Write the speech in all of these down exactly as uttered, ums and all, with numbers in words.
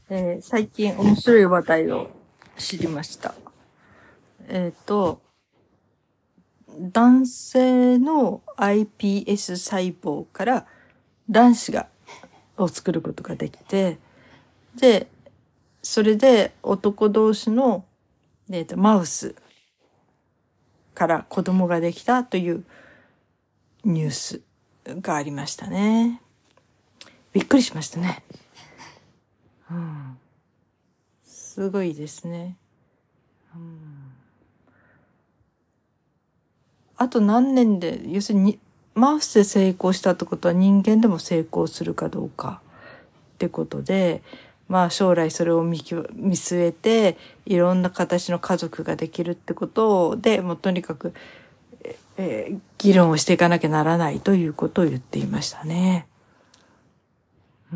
えー最近面白い話題を知りました。えっと、男性の アイピーエス 細胞から卵子が、を作ることができて、で、それで男同士の、えーと、マウスから子供ができたというニュースがありましたね。びっくりしましたね。うん、すごいですね。うん、あと何年で、要するに、マウスで成功したってことは人間でも成功するかどうかってことで、まあ将来それを見き見据えて、いろんな形の家族ができるってことで、もうとにかく、えー議論をしていかなきゃならないということを言っていましたね。うん。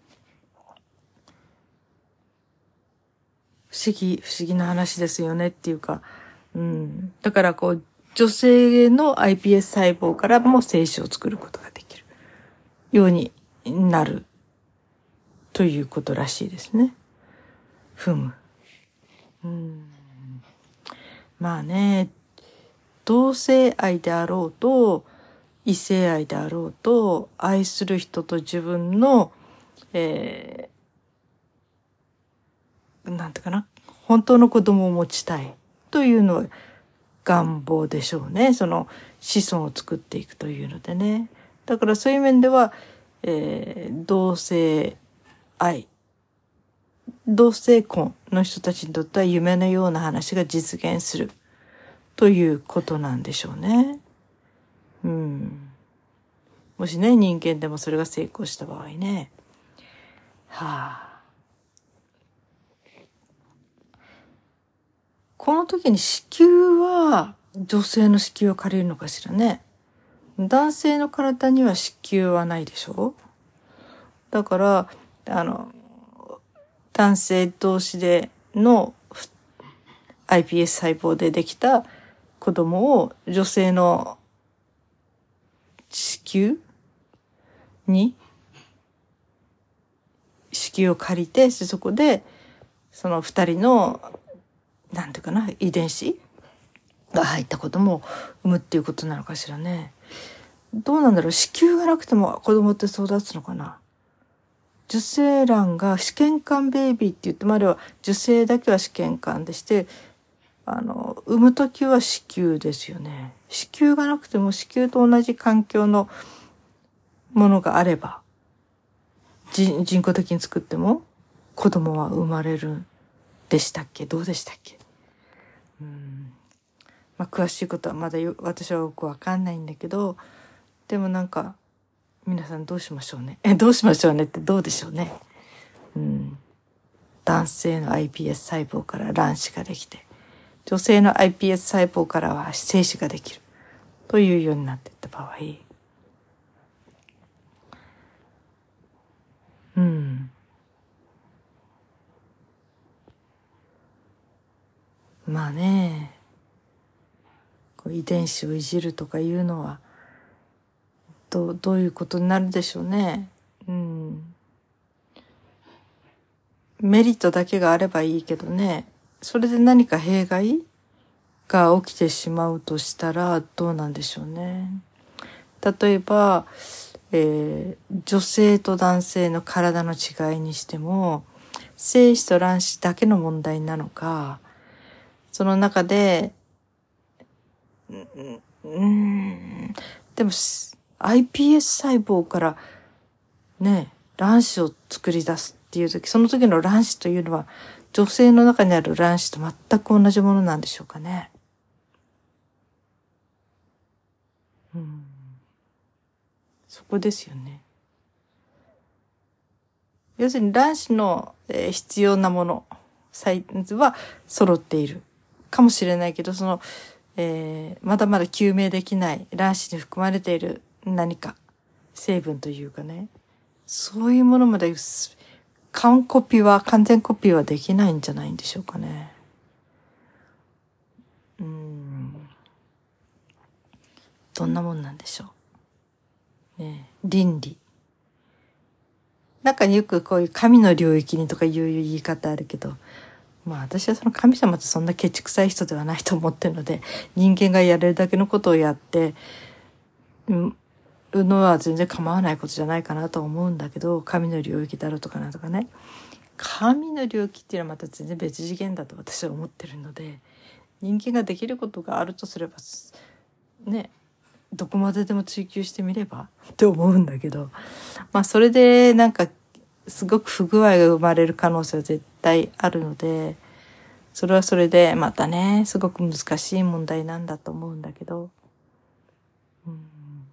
不思議、不思議な話ですよねっていうか、うん。だからこう、女性の アイピーエス 細胞からも精子を作ることができるようになるということらしいですね。ふむ。うん。まあね、同性愛であろうと、異性愛であろうと、愛する人と自分の、えー、なんていうかな、本当の子供を持ちたいというのは願望でしょうね。その子孫を作っていくというのでね。だからそういう面では、えー、同性愛、同性婚の人たちにとっては夢のような話が実現するということなんでしょうね。うん。もしね、人間でもそれが成功した場合ね。はあ。この時に子宮は女性の子宮を借りるのかしらね。男性の体には子宮はないでしょ。だから、あの、男性同士での アイピーエス 細胞でできた子供を女性の子宮に子宮を借りて、そこでその二人のなんていうかな遺伝子が入った子供を産むっていうことなのかしらね。どうなんだろう。子宮がなくても子供って育つのかな。受精卵が試験管ベイビーって言ってまでは受精だけは試験管でして、あの産む時は子宮ですよね。子宮がなくても子宮と同じ環境のものがあれば人人工的に作っても子供は生まれるでしたっけ。どうでしたっけ。うん、まあ、詳しいことはまだ私はよくわかんないんだけど、でもなんか皆さんどうしましょうね。え、どうしましょうねってどうでしょうね。うん、男性の アイピーエス 細胞から卵子ができて、女性の アイピーエス 細胞からは精子ができるというようになっていった場合、うん、まあね、こう遺伝子をいじるとかいうのはどうどういうことになるでしょうね。うん、メリットだけがあればいいけどね、それで何か弊害が起きてしまうとしたらどうなんでしょうね。例えば、えー、女性と男性の体の違いにしても、精子と卵子だけの問題なのか、その中で、うーん、でも アイピーエス 細胞からね、卵子を作り出すっていう時、その時の卵子というのは女性の中にある卵子と全く同じものなんでしょうかね。うん、そこですよね。要するに卵子の、えー必要なもの、サイズは揃っているかもしれないけど、その、えーまだまだ究明できない卵子に含まれている何か成分というかね、そういうものまで完コピーは、完全コピーはできないんじゃないんでしょうかね。うーん、どんなもんなんでしょう。ね、倫理中によくこういう神の領域にとかいう言い方あるけど、まあ私はその神様ってそんなケチくさい人ではないと思ってるので、人間がやれるだけのことをやって、うんのは全然構わないことじゃないかなと思うんだけど、神の領域だろうとかなんとかね。神の領域っていうのはまた全然別次元だと私は思ってるので、人間ができることがあるとすればね、どこまででも追求してみればって思うんだけど、まあそれでなんかすごく不具合が生まれる可能性は絶対あるので、それはそれでまたねすごく難しい問題なんだと思うんだけど、うん、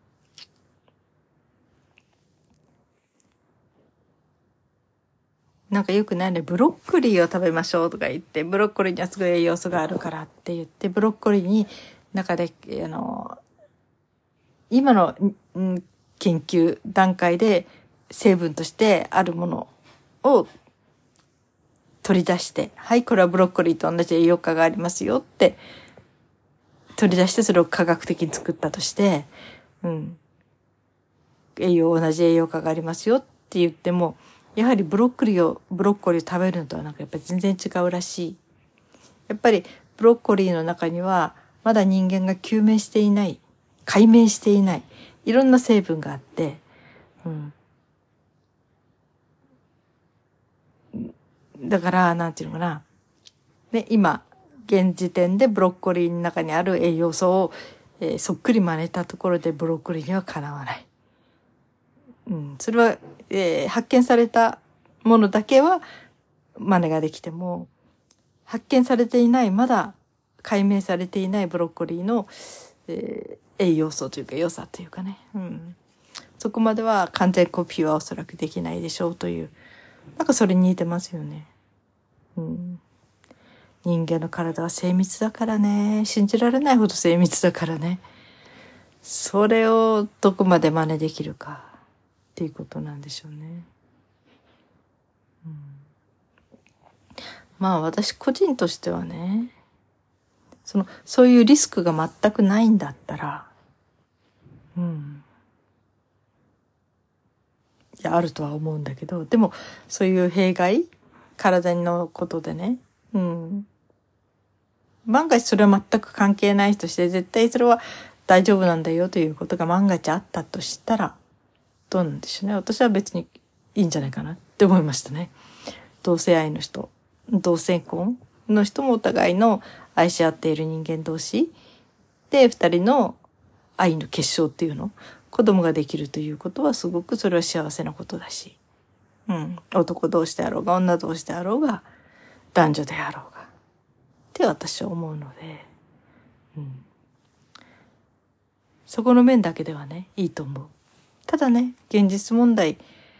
なんかよくないね、ブロッコリーを食べましょうとか言って、ブロッコリーにはすごい栄養素があるからって言って、ブロッコリーに中であの今の、うん、研究段階で成分としてあるものを取り出して、はい、これはブロッコリーと同じ栄養価がありますよって取り出して、それを科学的に作ったとして、うん、栄養同じ栄養価がありますよって言っても、やはりブロッコリーをブロッコリーを食べるのとはなんかやっぱり全然違うらしい。やっぱりブロッコリーの中にはまだ人間が究明していない、解明していないいろんな成分があって、うん、だからなんていうのかな、で今現時点でブロッコリーの中にある栄養素を、えー、そっくり真似たところでブロッコリーにはかなわない。うん、それは、えー、発見されたものだけは真似ができても、発見されていないまだ解明されていないブロッコリーの、えー、栄養素というか良さというかね、うん、そこまでは完全コピーはおそらくできないでしょうという、なんかそれに似てますよね。うん、人間の体は精密だからね、信じられないほど精密だからね、それをどこまで真似できるかっていうことなんでしょうね。うん、まあ私個人としてはね、そのそういうリスクが全くないんだったら、うん、いやあるとは思うんだけど、でもそういう弊害、体のことでね、うん、万が一それは全く関係ないとして、絶対それは大丈夫なんだよということが万が一あったとしたらどうなんでしょうね。私は別にいいんじゃないかなって思いましたね。同性愛の人、同性婚の人もお互いの愛し合っている人間同士で二人の愛の結晶っていうの、子供ができるということはすごくそれは幸せなことだし、うん、男同士であろうが女同士であろうが男女であろうがって私は思うので、うん、そこの面だけではねいいと思う。ただね、現実問題、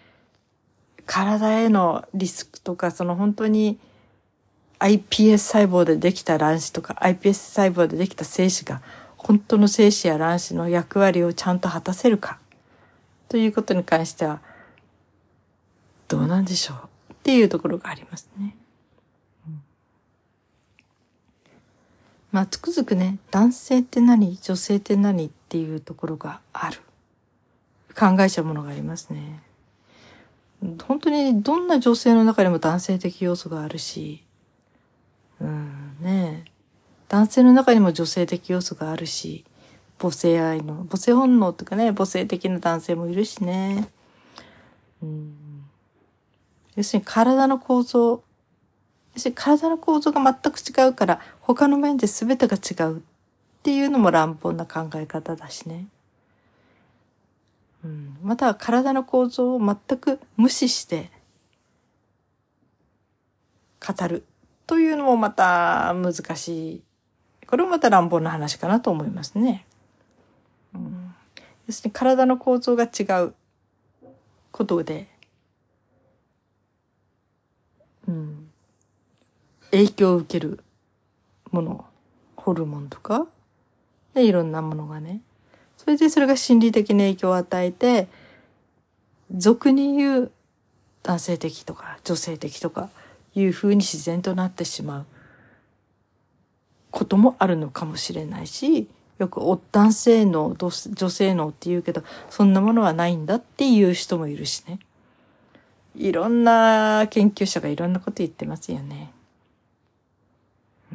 体へのリスクとか、その本当に アイピーエス 細胞でできた卵子とか アイピーエス 細胞でできた精子が本当の精子や卵子の役割をちゃんと果たせるかということに関してはどうなんでしょうっていうところがありますね。うん、まあつくづくね、男性って何、女性って何っていうところがある、考えちゃうものがありますね。本当にどんな女性の中にも男性的要素があるし、うんね、男性の中にも女性的要素があるし、母性愛の母性本能とかね、母性的な男性もいるしね、うん、要するに体の構造、要するに体の構造が全く違うから他の面で全てが違うっていうのも乱暴な考え方だしね。うん、または体の構造を全く無視して語るというのもまた難しい。これもまた乱暴な話かなと思いますね。うん、要するに体の構造が違うことで、うん、影響を受けるもの、ホルモンとかでいろんなものがね、それでそれが心理的な影響を与えて、俗に言う男性的とか女性的とかいう風に自然となってしまうこともあるのかもしれないし、よく男性脳、女性脳って言うけど、そんなものはないんだっていう人もいるしね。 いろんな研究者がいろんなこと言ってますよね。うん。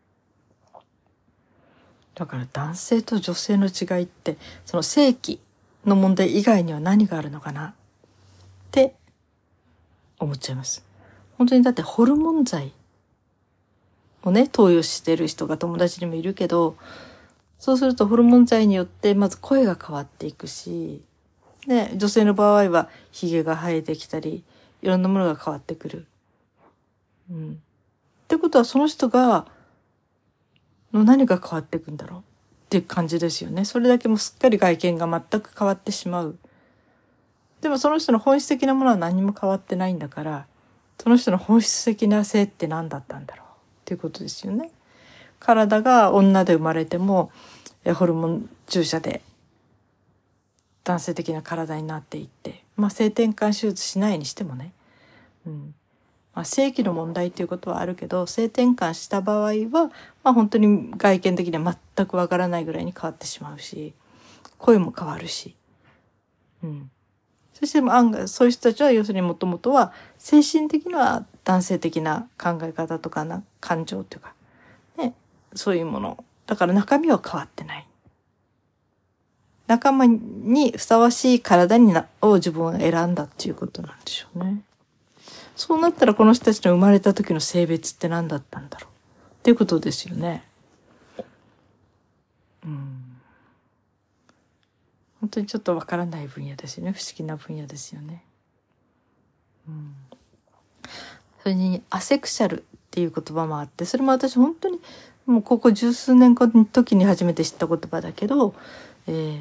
だから男性と女性の違いって、その性器の問題以外には何があるのかなって思っちゃいます。本当にだってホルモン剤をね、投与してる人が友達にもいるけど、そうするとホルモン剤によってまず声が変わっていくし、で、女性の場合は髭が生えてきたり、いろんなものが変わってくる。うん。ってことはその人が、の何が変わっていくんだろうっていう感じですよね。それだけもうすっかり外見が全く変わってしまう。でもその人の本質的なものは何も変わってないんだから、その人の本質的な性って何だったんだろうっていうことですよね。体が女で生まれてもホルモン注射で男性的な体になっていって、まあ性転換手術しないにしてもね、うん、まあ、性器の問題ということはあるけど、性転換した場合は、まあ、本当に外見的には全くわからないぐらいに変わってしまうし、声も変わるし、うん、そして案外そういう人たちは要するにもともとは精神的には男性的な考え方とかな感情というか、ね、そういうものだから中身は変わってない。仲間にふさわしい体になを自分は選んだっていうことなんでしょうね。そうなったらこの人たちの生まれた時の性別って何だったんだろうっていうことですよね。うん。本当にちょっとわからない分野ですよね。不思議な分野ですよね。うん。それにアセクシャルっていう言葉もあって、それも私本当にもうここ十数年後の時に初めて知った言葉だけど、えー、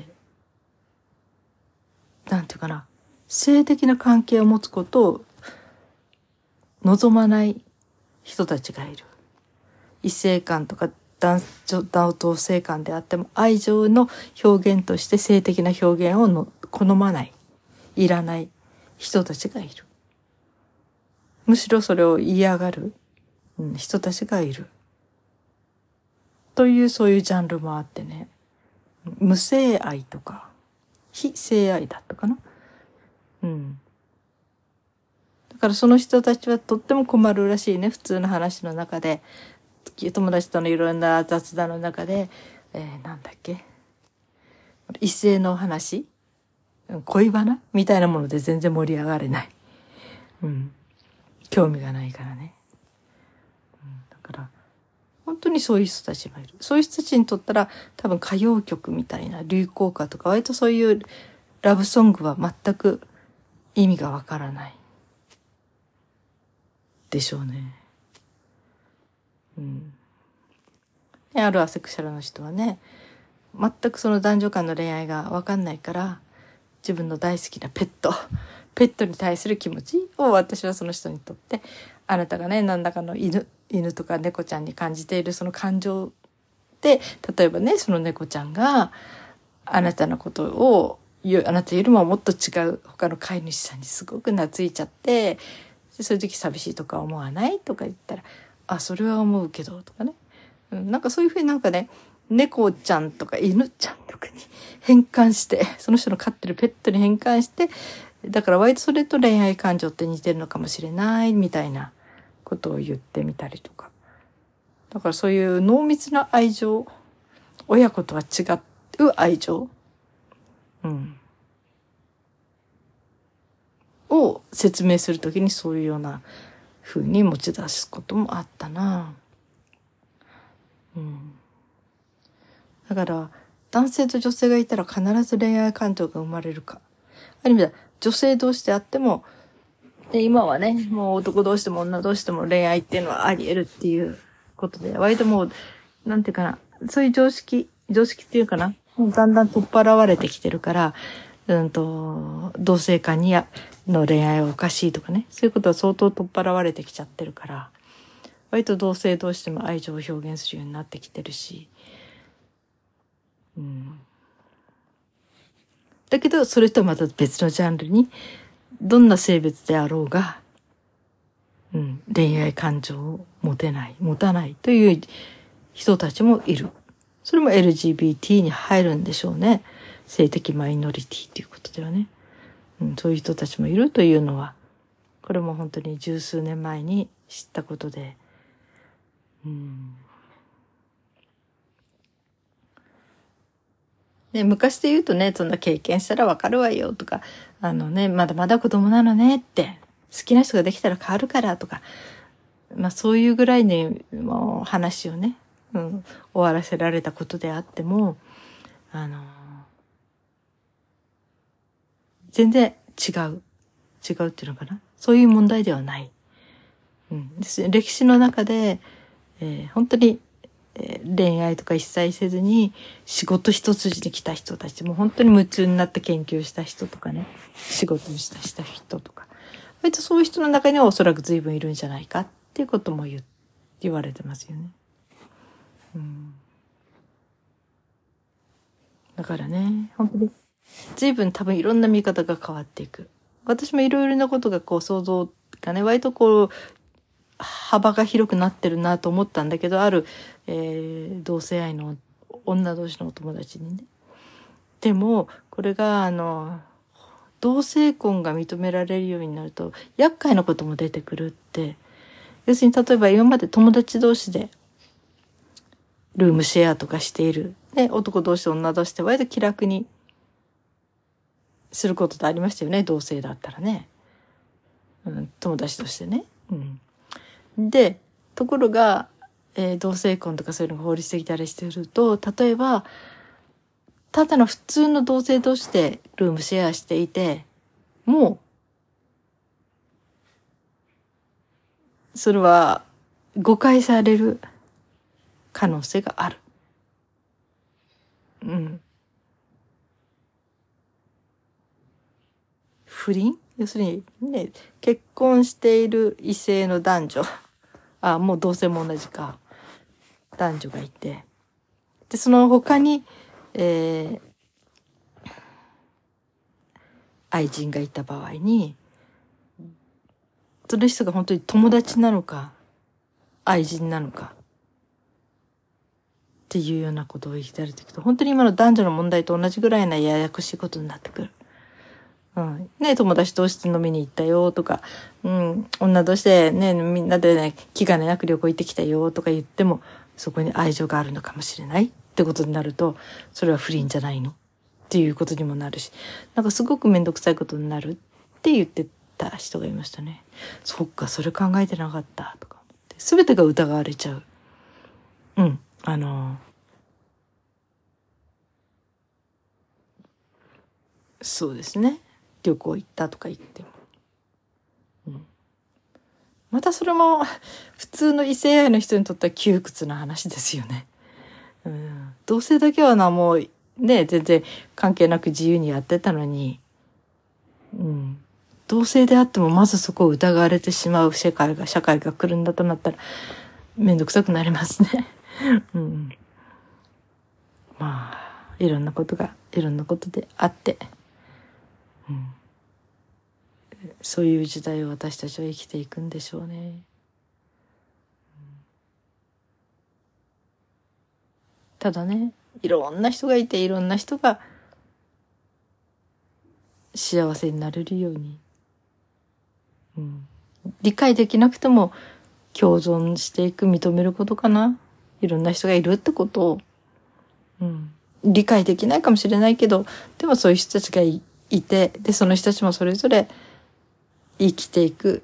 なんていうかな、性的な関係を持つことを望まない人たちがいる。異性間とか男女同性間であっても愛情の表現として性的な表現をの好まない、いらない人たちがいる。むしろそれを嫌がる、うん、人たちがいる。というそういうジャンルもあってね。無性愛とか非性愛だったかな。うん。だからその人たちはとっても困るらしいね。普通の話の中で、友達とのいろんな雑談の中で、えー、なんだっけ、異性の話、恋バナみたいなもので全然盛り上がれない。うん。興味がないからね。うん、だから本当にそういう人たちもいる。そういう人たちにとったら多分歌謡曲みたいな流行歌とか割とそういうラブソングは全く意味がわからないでしょうね。うん。であるアセクシャルの人はね、全くその男女間の恋愛がわかんないから自分の大好きなペットペットに対する気持ちを私はその人にとって、あなたがね何らかの犬犬とか猫ちゃんに感じているその感情で、例えばねその猫ちゃんがあなたのことをあなたよりももっと違う他の飼い主さんにすごく懐いちゃって、そういう時寂しいとか思わないとか言ったら、あそれは思うけどとかね、うん、なんかそういうふうになんかね猫ちゃんとか犬ちゃんとかに変換して、その人の飼ってるペットに変換して、だから割とそれと恋愛感情って似てるのかもしれないみたいなことを言ってみたりとか。だからそういう濃密な愛情、親子とは違う愛情、うん、を説明するときにそういうような風に持ち出すこともあったな。うん。だから男性と女性がいたら必ず恋愛感情が生まれるか。ある意味では女性同士であっても、で今はねもう男同士でも女同士でも恋愛っていうのはあり得るっていうことで、割ともうなんていうかな、そういう常識常識っていうかな、もうだんだん取っ払われてきてるから、うんと同性間にの恋愛はおかしいとかね、そういうことは相当取っ払われてきちゃってるから、割と同性同士でも愛情を表現するようになってきてるし、うん、だけどそれとはまた別のジャンルにどんな性別であろうが、うん、恋愛感情を持てない持たないという人たちもいる。それも エルジービーティー に入るんでしょうね。性的マイノリティということではね、うん、そういう人たちもいるというのはこれも本当に十数年前に知ったことで、うんね、昔で言うとね、そんな経験したらわかるわよとか、あのね、まだまだ子供なのねって、好きな人ができたら変わるからとか、まあそういうぐらいにもう話をね、うん、終わらせられたことであっても、あの、全然違う。違うっていうのかな。そういう問題ではない。うん、ですね、歴史の中で、えー、本当に、えー、恋愛とか一切せずに仕事一筋に来た人たちも本当に夢中になって研究した人とかね、仕事をしたした人とか、割とそういう人の中にはおそらく随分いるんじゃないかっていうことも 言, 言われてますよね。うん、だからね、本当に随分多分いろんな見方が変わっていく。私もいろいろなことがこう想像がね、割とこう幅が広くなってるなと思ったんだけど、ある、えー、同性愛の女同士のお友達にね。でもこれがあの同性婚が認められるようになると厄介なことも出てくるって。要するに例えば今まで友達同士でルームシェアとかしている、ね、男同士女同士で割と気楽にすることってありましたよね、同性だったらね、うん、友達としてね、うん、でところが、えー、同性婚とかそういうのが法律できたりしてると、例えばただの普通の同性同士でルームシェアしていてもうそれは誤解される可能性がある。うん。不倫？要するにね、結婚している異性の男女、あ、もう同性も同じか、男女がいて、でその他に、えー、愛人がいた場合に、その人が本当に友達なのか愛人なのかっていうようなことを言ってやるときと、本当に今の男女の問題と同じぐらいなややこしいことになってくる。うん、ね、友達同士で飲みに行ったよとか、うん、女同士でね、みんなでね、気兼ねなく旅行行ってきたよとか言っても、そこに愛情があるのかもしれないってことになると、それは不倫じゃないのっていうことにもなるし、なんかすごくめんどくさいことになるって言ってた人がいましたね。そっか、それ考えてなかったとか思って、全てが疑われちゃう。うん、あの、そうですね。旅行行ったとか言っても。うん、またそれも普通の異性愛の人にとっては窮屈な話ですよね。うん、同性だけはな、もうね、全然関係なく自由にやってたのに、うん、同性であってもまずそこを疑われてしまう世界が、社会が来るんだとなったらめんどくさくなりますね。うん、まあ、いろんなことが、いろんなことであって、うん、そういう時代を私たちは生きていくんでしょうね。ただね、いろんな人がいて、いろんな人が幸せになれるように、うん、理解できなくても共存していく、認めることかな。いろんな人がいるってことを、うん、理解できないかもしれないけど、でもそういう人たちが い, いて、でその人たちもそれぞれ生きていく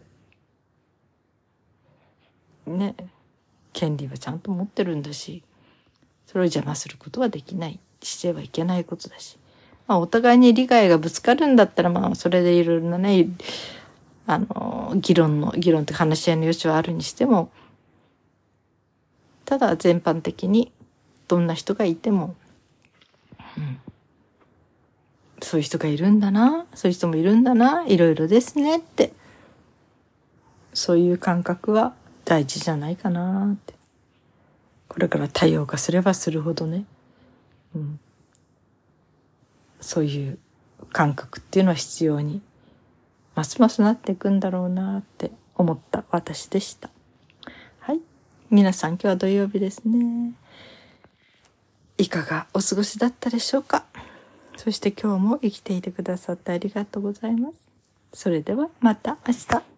ね、権利はちゃんと持ってるんだし、それを邪魔することはできない、してはいけないことだし、まあ、お互いに理解がぶつかるんだったら、まあそれでいろいろなね、あの議論の議論って話し合いの余地はあるにしても、ただ全般的にどんな人がいても、うん、そういう人がいるんだな、そういう人もいるんだな、いろいろですねって、そういう感覚は大事じゃないかなって。これから多様化すればするほどね、うん、そういう感覚っていうのは必要にますますなっていくんだろうなって思った私でした。はい、皆さん今日は土曜日ですね。いかがお過ごしだったでしょうか。そして今日も生きていてくださってありがとうございます。それではまた明日。